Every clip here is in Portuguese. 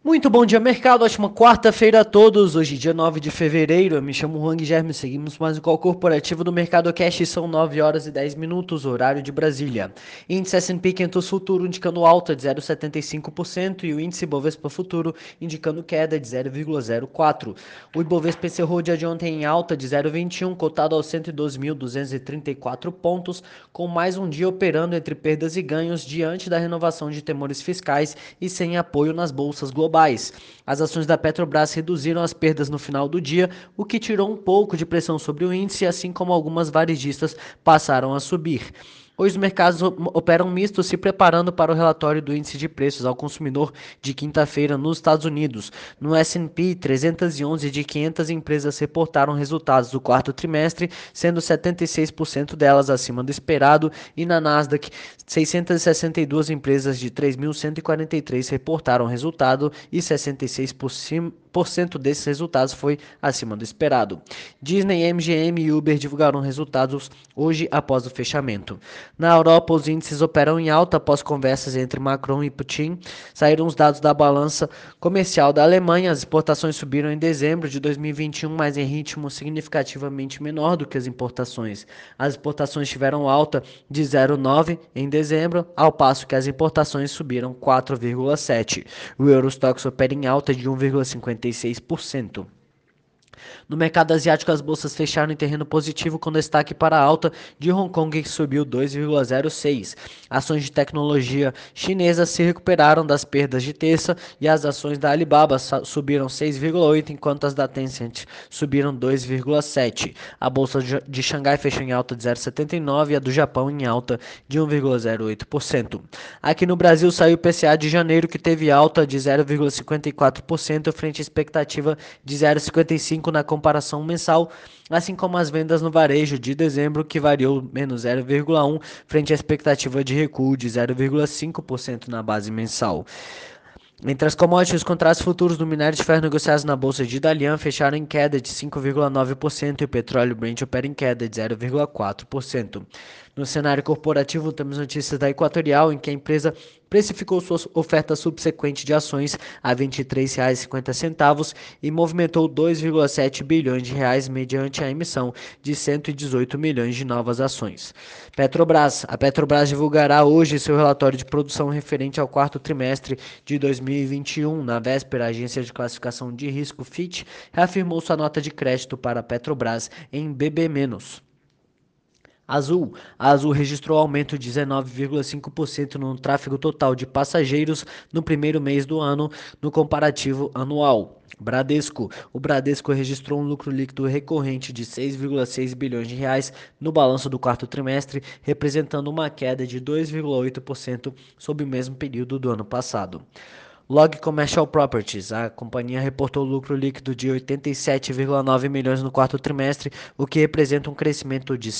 Muito bom dia, mercado. Ótima quarta-feira a todos. Hoje, dia 9 de fevereiro. Eu me chamo Juan Guilherme. Seguimos mais um call corporativo do Mercado Cash. São 9 horas e 10 minutos, horário de Brasília. Índice S&P 500 Futuro indicando alta de 0,75% e o índice Bovespa Futuro indicando queda de 0,04%. O Ibovespa encerrou o dia de ontem em alta de 0,21, cotado aos 112.234 pontos, com mais um dia operando entre perdas e ganhos diante da renovação de temores fiscais e sem apoio nas bolsas globais. As ações da Petrobras reduziram as perdas no final do dia, o que tirou um pouco de pressão sobre o índice, assim como algumas varejistas passaram a subir. Hoje os mercados operam mistos, se preparando para o relatório do índice de preços ao consumidor de quinta-feira nos Estados Unidos. No S&P, 311 de 500 empresas reportaram resultados do quarto trimestre, sendo 76% delas acima do esperado, e na Nasdaq, 662 empresas de 3.143 reportaram resultado e 66% desses resultados foi acima do esperado. Disney, MGM e Uber divulgaram resultados hoje após o fechamento. Na Europa, os índices operam em alta após conversas entre Macron e Putin. Saíram os dados da balança comercial da Alemanha. As exportações subiram em dezembro de 2021, mas em ritmo significativamente menor do que as importações. As exportações tiveram alta de 0,9% em dezembro, ao passo que as importações subiram 4,7%. O Eurostoxx opera em alta de 1,56%. No mercado asiático, as bolsas fecharam em terreno positivo, com destaque para a alta de Hong Kong, que subiu 2,06%. Ações de tecnologia chinesas se recuperaram das perdas de terça e as ações da Alibaba subiram 6,8%, enquanto as da Tencent subiram 2,7%. A bolsa de Xangai fechou em alta de 0,79% e a do Japão em alta de 1,08%. Aqui no Brasil saiu o PCA de janeiro, que teve alta de 0,54% frente à expectativa de 0,55% na comparação mensal, assim como as vendas no varejo de dezembro, que variou menos 0,1% frente à expectativa de recuo de 0,5% na base mensal. Entre as commodities, os contratos futuros do minério de ferro negociados na bolsa de Dalian fecharam em queda de 5,9% e o petróleo Brent opera em queda de 0,4%. No cenário corporativo, temos notícias da Equatorial, em que a empresa precificou sua oferta subsequente de ações a R$ 23,50 e movimentou 2,7 bilhões de reais mediante a emissão de 118 milhões de novas ações. Petrobras. A Petrobras divulgará hoje seu relatório de produção referente ao quarto trimestre de 2021. Na véspera, a agência de classificação de risco Fitch reafirmou sua nota de crédito para a Petrobras em BB-. Azul. A Azul registrou aumento de 19,5% no tráfego total de passageiros no primeiro mês do ano, no comparativo anual. Bradesco. O Bradesco registrou um lucro líquido recorrente de 6,6 bilhões de reais no balanço do quarto trimestre, representando uma queda de 2,8% sobre o mesmo período do ano passado. Log Commercial Properties. A companhia reportou lucro líquido de 87,9 milhões no quarto trimestre, o que representa um crescimento de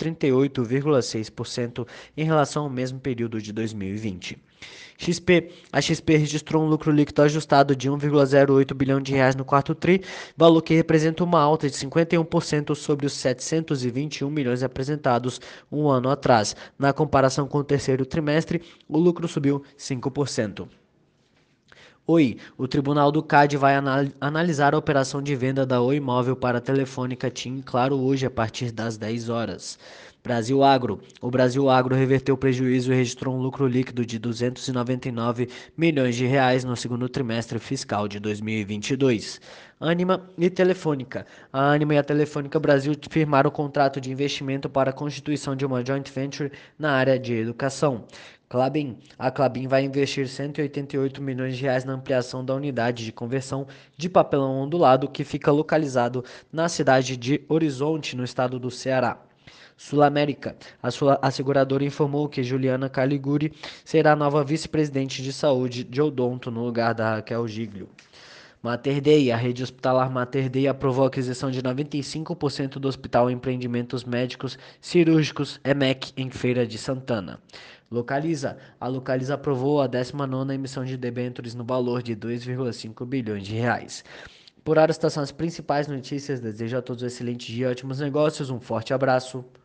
138,6% em relação ao mesmo período de 2020. XP. A XP registrou um lucro líquido ajustado de 1,08 bilhão de reais no quarto tri, valor que representa uma alta de 51% sobre os 721 milhões apresentados um ano atrás. Na comparação com o terceiro trimestre, o lucro subiu 5%. Oi, o Tribunal do CAD vai analisar a operação de venda da Oi Móvel para a Telefônica TIM Claro hoje a partir das 10 horas. Brasil Agro. O Brasil Agro reverteu o prejuízo e registrou um lucro líquido de 299 milhões de reais no segundo trimestre fiscal de 2022. Ânima e Telefônica. A Ânima e a Telefônica Brasil firmaram o contrato de investimento para a constituição de uma joint venture na área de educação. Klabin. A Klabin vai investir 188 milhões de reais na ampliação da unidade de conversão de papelão ondulado que fica localizado na cidade de Horizonte, no estado do Ceará. Sul América. A seguradora informou que Juliana Caliguri será a nova vice-presidente de saúde de Odonto no lugar da Raquel Giglio. Mater Dei. A rede hospitalar Mater Dei aprovou a aquisição de 95% do Hospital Empreendimentos Médicos Cirúrgicos EMEC em Feira de Santana. Localiza. A Localiza aprovou a 19ª emissão de debêntures no valor de 2,5 bilhões de reais. Por hora, estas são as principais notícias. Desejo a todos um excelente dia, ótimos negócios, um forte abraço.